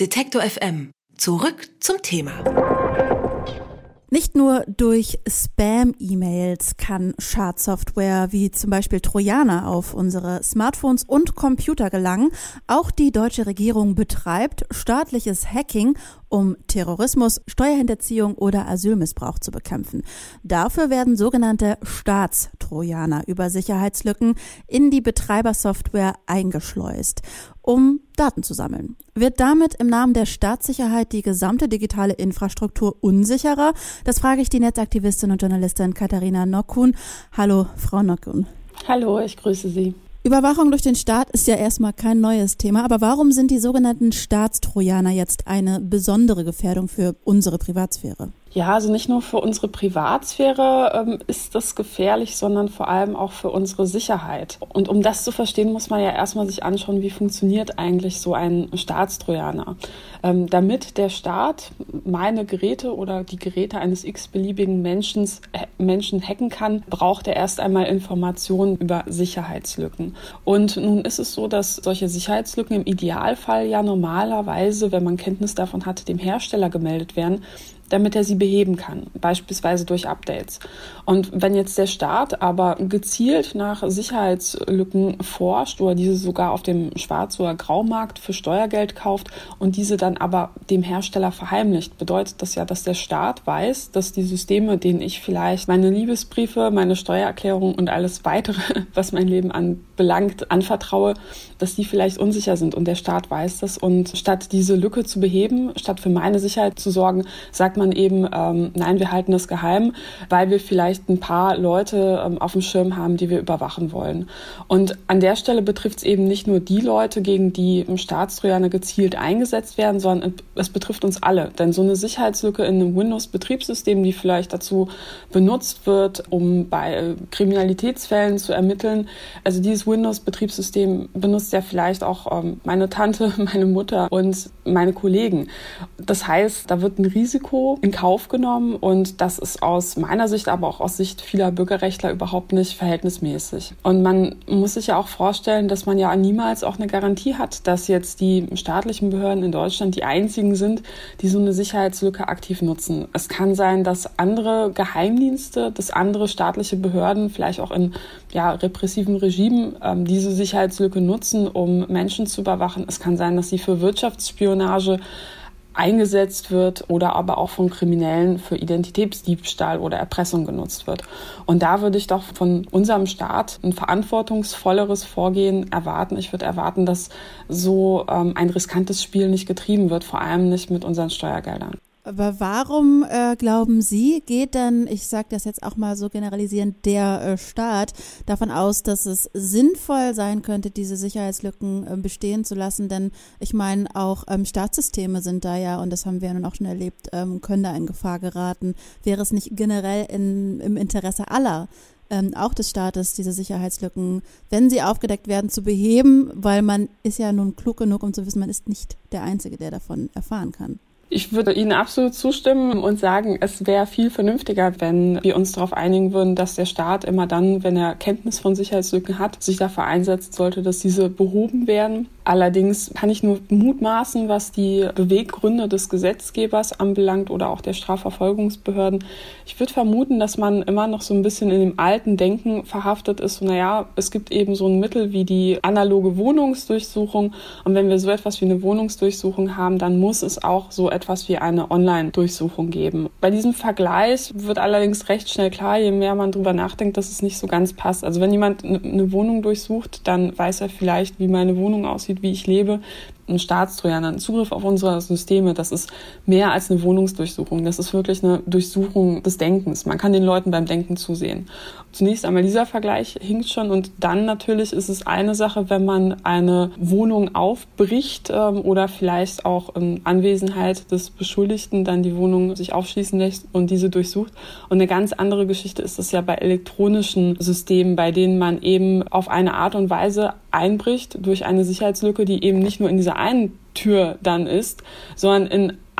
Detektor FM. Zurück zum Thema. Nicht nur durch Spam-E-Mails kann Schadsoftware wie zum Beispiel Trojaner auf unsere Smartphones und Computer gelangen. Auch die deutsche Regierung betreibt staatliches Hacking, um Terrorismus, Steuerhinterziehung oder Asylmissbrauch zu bekämpfen. Dafür werden sogenannte Staatstrojaner über Sicherheitslücken in die Betreibersoftware eingeschleust, um Daten zu sammeln. Wird damit im Namen der Staatssicherheit die gesamte digitale Infrastruktur unsicherer? Das frage ich die Netzaktivistin und Journalistin Katharina Nockhuhn. Hallo, Frau Nockhuhn. Hallo, ich grüße Sie. Überwachung durch den Staat ist ja erstmal kein neues Thema, aber warum sind die sogenannten Staatstrojaner jetzt eine besondere Gefährdung für unsere Privatsphäre? Ja, also nicht nur für unsere Privatsphäre ist das gefährlich, sondern vor allem auch für unsere Sicherheit. Und um das zu verstehen, muss man ja erstmal sich anschauen, wie funktioniert eigentlich so ein Staatstrojaner. Damit der Staat meine Geräte oder die Geräte eines x-beliebigen Menschen hacken kann, braucht er erst einmal Informationen über Sicherheitslücken. Und nun ist es so, dass solche Sicherheitslücken im Idealfall ja normalerweise, wenn man Kenntnis davon hat, dem Hersteller gemeldet werden, damit er sie beheben kann, beispielsweise durch Updates. Und wenn jetzt der Staat aber gezielt nach Sicherheitslücken forscht oder diese sogar auf dem Schwarz- oder Graumarkt für Steuergeld kauft und diese dann aber dem Hersteller verheimlicht, bedeutet das ja, dass der Staat weiß, dass die Systeme, denen ich vielleicht meine Liebesbriefe, meine Steuererklärung und alles weitere, was mein Leben anbelangt, anvertraue, dass die vielleicht unsicher sind. Und der Staat weiß das. Und statt diese Lücke zu beheben, statt für meine Sicherheit zu sorgen, sagt man eben, nein, wir halten das geheim, weil wir vielleicht ein paar Leute auf dem Schirm haben, die wir überwachen wollen. Und an der Stelle betrifft es eben nicht nur die Leute, gegen die Staatstrojaner gezielt eingesetzt werden, sondern es betrifft uns alle. Denn so eine Sicherheitslücke in einem Windows-Betriebssystem, die vielleicht dazu benutzt wird, um bei Kriminalitätsfällen zu ermitteln, also dieses Windows-Betriebssystem benutzt ja vielleicht auch meine Tante, meine Mutter und meine Kollegen. Das heißt, da wird ein Risiko in Kauf genommen und das ist aus meiner Sicht, aber auch aus Sicht vieler Bürgerrechtler überhaupt nicht verhältnismäßig. Und man muss sich ja auch vorstellen, dass man ja niemals auch eine Garantie hat, dass jetzt die staatlichen Behörden in Deutschland die einzigen sind, die so eine Sicherheitslücke aktiv nutzen. Es kann sein, dass andere Geheimdienste, dass andere staatliche Behörden, vielleicht auch in repressiven Regimen, diese Sicherheitslücke nutzen, um Menschen zu überwachen. Es kann sein, dass sie für Wirtschaftsspionage eingesetzt wird oder aber auch von Kriminellen für Identitätsdiebstahl oder Erpressung genutzt wird. Und da würde ich doch von unserem Staat ein verantwortungsvolleres Vorgehen erwarten. Ich würde erwarten, dass so ein riskantes Spiel nicht getrieben wird, vor allem nicht mit unseren Steuergeldern. Aber warum, glauben Sie, geht denn, ich sage das jetzt auch mal so generalisierend, der Staat davon aus, dass es sinnvoll sein könnte, diese Sicherheitslücken bestehen zu lassen? Denn ich meine, auch Staatssysteme sind da ja, und das haben wir ja nun auch schon erlebt, können da in Gefahr geraten. Wäre es nicht generell im Interesse aller, auch des Staates, diese Sicherheitslücken, wenn sie aufgedeckt werden, zu beheben? Weil man ist ja nun klug genug, um zu wissen, man ist nicht der Einzige, der davon erfahren kann. Ich würde Ihnen absolut zustimmen und sagen, es wäre viel vernünftiger, wenn wir uns darauf einigen würden, dass der Staat immer dann, wenn er Kenntnis von Sicherheitslücken hat, sich dafür einsetzen sollte, dass diese behoben werden. Allerdings kann ich nur mutmaßen, was die Beweggründe des Gesetzgebers anbelangt oder auch der Strafverfolgungsbehörden. Ich würde vermuten, dass man immer noch so ein bisschen in dem alten Denken verhaftet ist. So, es gibt eben so ein Mittel wie die analoge Wohnungsdurchsuchung. Und wenn wir so etwas wie eine Wohnungsdurchsuchung haben, dann muss es auch so etwas wie eine Online-Durchsuchung geben. Bei diesem Vergleich wird allerdings recht schnell klar, je mehr man drüber nachdenkt, dass es nicht so ganz passt. Also wenn jemand eine Wohnung durchsucht, dann weiß er vielleicht, wie meine Wohnung aussieht, wie ich lebe. Ein Staatstrojaner, ein Zugriff auf unsere Systeme, das ist mehr als eine Wohnungsdurchsuchung. Das ist wirklich eine Durchsuchung des Denkens. Man kann den Leuten beim Denken zusehen. Zunächst einmal dieser Vergleich hinkt schon und dann natürlich ist es eine Sache, wenn man eine Wohnung aufbricht oder vielleicht auch in Anwesenheit des Beschuldigten dann die Wohnung sich aufschließen lässt und diese durchsucht. Und eine ganz andere Geschichte ist es ja bei elektronischen Systemen, bei denen man eben auf eine Art und Weise einbricht durch eine Sicherheitslücke, die eben nicht nur in dieser einen Tür dann ist, sondern in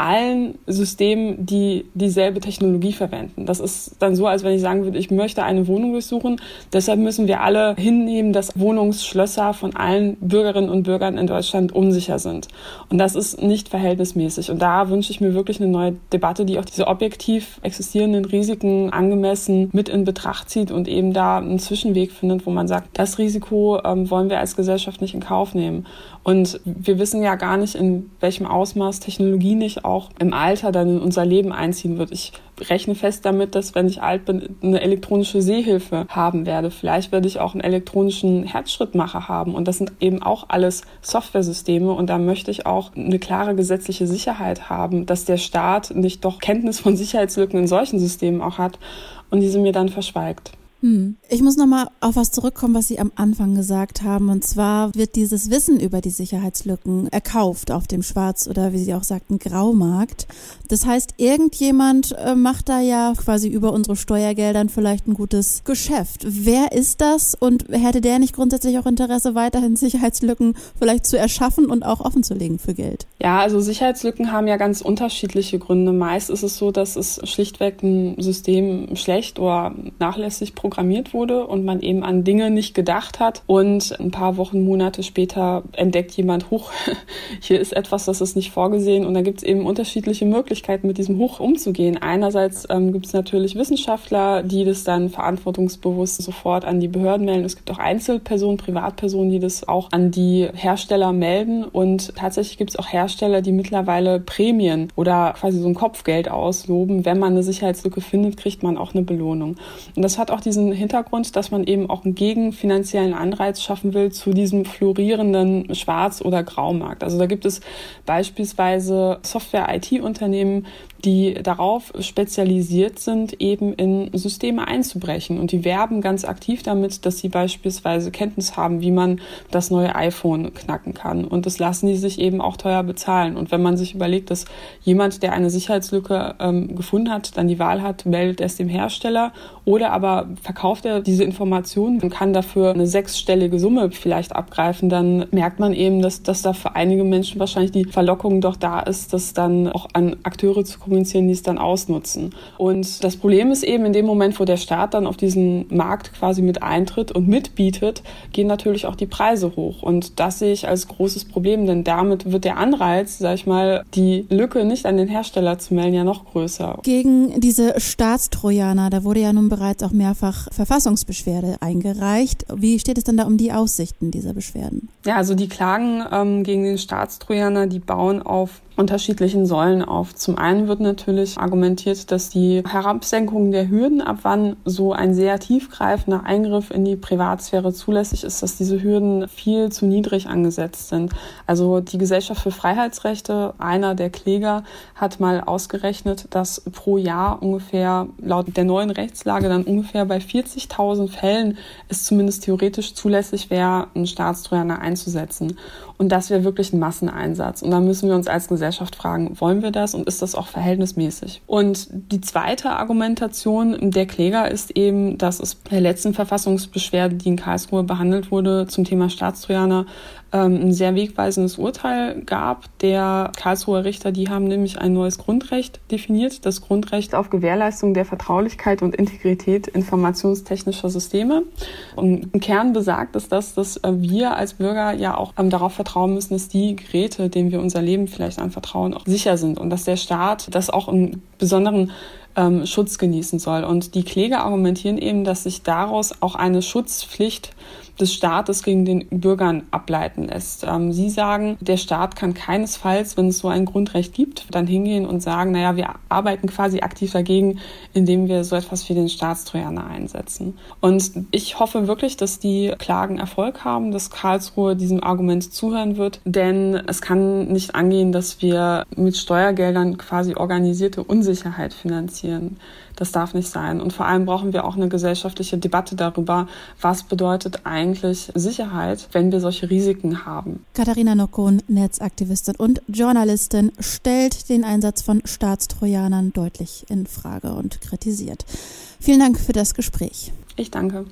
allen Systemen, die dieselbe Technologie verwenden. Das ist dann so, als wenn ich sagen würde, ich möchte eine Wohnung durchsuchen. Deshalb müssen wir alle hinnehmen, dass Wohnungsschlösser von allen Bürgerinnen und Bürgern in Deutschland unsicher sind. Und das ist nicht verhältnismäßig. Und da wünsche ich mir wirklich eine neue Debatte, die auch diese objektiv existierenden Risiken angemessen mit in Betracht zieht und eben da einen Zwischenweg findet, wo man sagt, das Risiko wollen wir als Gesellschaft nicht in Kauf nehmen. Und wir wissen ja gar nicht, in welchem Ausmaß Technologie nicht auch im Alter dann in unser Leben einziehen wird. Ich rechne fest damit, dass, wenn ich alt bin, eine elektronische Sehhilfe haben werde. Vielleicht werde ich auch einen elektronischen Herzschrittmacher haben. Und das sind eben auch alles Softwaresysteme. Und da möchte ich auch eine klare gesetzliche Sicherheit haben, dass der Staat nicht doch Kenntnis von Sicherheitslücken in solchen Systemen auch hat und diese mir dann verschweigt. Ich muss nochmal auf was zurückkommen, was Sie am Anfang gesagt haben. Und zwar wird dieses Wissen über die Sicherheitslücken erkauft auf dem Schwarz- oder, wie Sie auch sagten, Graumarkt. Das heißt, irgendjemand macht da ja quasi über unsere Steuergeldern vielleicht ein gutes Geschäft. Wer ist das und hätte der nicht grundsätzlich auch Interesse, weiterhin Sicherheitslücken vielleicht zu erschaffen und auch offenzulegen für Geld? Ja, also Sicherheitslücken haben ja ganz unterschiedliche Gründe. Meist ist es so, dass es schlichtweg ein System schlecht oder nachlässig programmiert wurde und man eben an Dinge nicht gedacht hat und ein paar Wochen, Monate später entdeckt jemand, hier ist etwas, das ist nicht vorgesehen, und da gibt es eben unterschiedliche Möglichkeiten, mit diesem umzugehen. Einerseits gibt es natürlich Wissenschaftler, die das dann verantwortungsbewusst sofort an die Behörden melden. Es gibt auch Einzelpersonen, Privatpersonen, die das auch an die Hersteller melden, und tatsächlich gibt es auch Hersteller, die mittlerweile Prämien oder quasi so ein Kopfgeld ausloben. Wenn man eine Sicherheitslücke findet, kriegt man auch eine Belohnung. Und das hat auch diesen Hintergrund, dass man eben auch einen gegenfinanziellen Anreiz schaffen will zu diesem florierenden Schwarz- oder Graumarkt. Also da gibt es beispielsweise Software-IT-Unternehmen, die darauf spezialisiert sind, eben in Systeme einzubrechen. Und die werben ganz aktiv damit, dass sie beispielsweise Kenntnis haben, wie man das neue iPhone knacken kann. Und das lassen die sich eben auch teuer bezahlen. Und wenn man sich überlegt, dass jemand, der eine Sicherheitslücke gefunden hat, dann die Wahl hat, meldet er es dem Hersteller oder aber verkauft er diese Informationen und kann dafür eine 6-stellige Summe vielleicht abgreifen, dann merkt man eben, dass da für einige Menschen wahrscheinlich die Verlockung doch da ist, das dann auch an Akteure zu kommunizieren, die es dann ausnutzen. Und das Problem ist eben, in dem Moment, wo der Staat dann auf diesen Markt quasi mit eintritt und mitbietet, gehen natürlich auch die Preise hoch. Und das sehe ich als großes Problem, denn damit wird der Anreiz, sag ich mal, die Lücke nicht an den Hersteller zu melden, ja noch größer. Gegen diese Staatstrojaner, da wurde ja nun bereits auch mehrfach Verfassungsbeschwerde eingereicht. Wie steht es denn da um die Aussichten dieser Beschwerden? Ja, also die Klagen gegen den Staatstrojaner, die bauen auf unterschiedlichen Säulen auf. Zum einen wird natürlich argumentiert, dass die Herabsenkung der Hürden, ab wann so ein sehr tiefgreifender Eingriff in die Privatsphäre zulässig ist, dass diese Hürden viel zu niedrig angesetzt sind. Also die Gesellschaft für Freiheitsrechte, einer der Kläger, hat mal ausgerechnet, dass pro Jahr ungefähr laut der neuen Rechtslage dann ungefähr bei 40.000 Fällen es zumindest theoretisch zulässig wäre, einen Staatstrojaner einzusetzen. Und das wäre wirklich ein Masseneinsatz. Und da müssen wir uns als Gesellschaft fragen, wollen wir das und ist das auch verhältnismäßig? Und die zweite Argumentation der Kläger ist eben, dass es bei der letzten Verfassungsbeschwerde, die in Karlsruhe behandelt wurde, zum Thema Staatstrojaner, ein sehr wegweisendes Urteil gab. Der Karlsruher Richter, die haben nämlich ein neues Grundrecht definiert, das Grundrecht auf Gewährleistung der Vertraulichkeit und Integrität informationstechnischer Systeme. Und im Kern besagt es das, dass wir als Bürger ja auch darauf vertrauen müssen, dass die Geräte, denen wir unser Leben vielleicht anvertrauen, auch sicher sind und dass der Staat das auch im besonderen Schutz genießen soll. Und die Kläger argumentieren eben, dass sich daraus auch eine Schutzpflicht des Staates gegen den Bürgern ableiten lässt. Sie sagen, der Staat kann keinesfalls, wenn es so ein Grundrecht gibt, dann hingehen und sagen, naja, wir arbeiten quasi aktiv dagegen, indem wir so etwas wie den Staatstrojaner einsetzen. Und ich hoffe wirklich, dass die Klagen Erfolg haben, dass Karlsruhe diesem Argument zuhören wird, denn es kann nicht angehen, dass wir mit Steuergeldern quasi organisierte Unsicherheit finanzieren. Das darf nicht sein. Und vor allem brauchen wir auch eine gesellschaftliche Debatte darüber, was bedeutet eigentlich Sicherheit, wenn wir solche Risiken haben. Katharina Nockon, Netzaktivistin und Journalistin, stellt den Einsatz von Staatstrojanern deutlich in Frage und kritisiert. Vielen Dank für das Gespräch. Ich danke.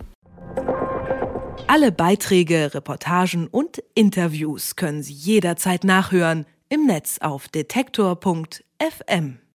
Alle Beiträge, Reportagen und Interviews können Sie jederzeit nachhören im Netz auf detektor.fm. FM.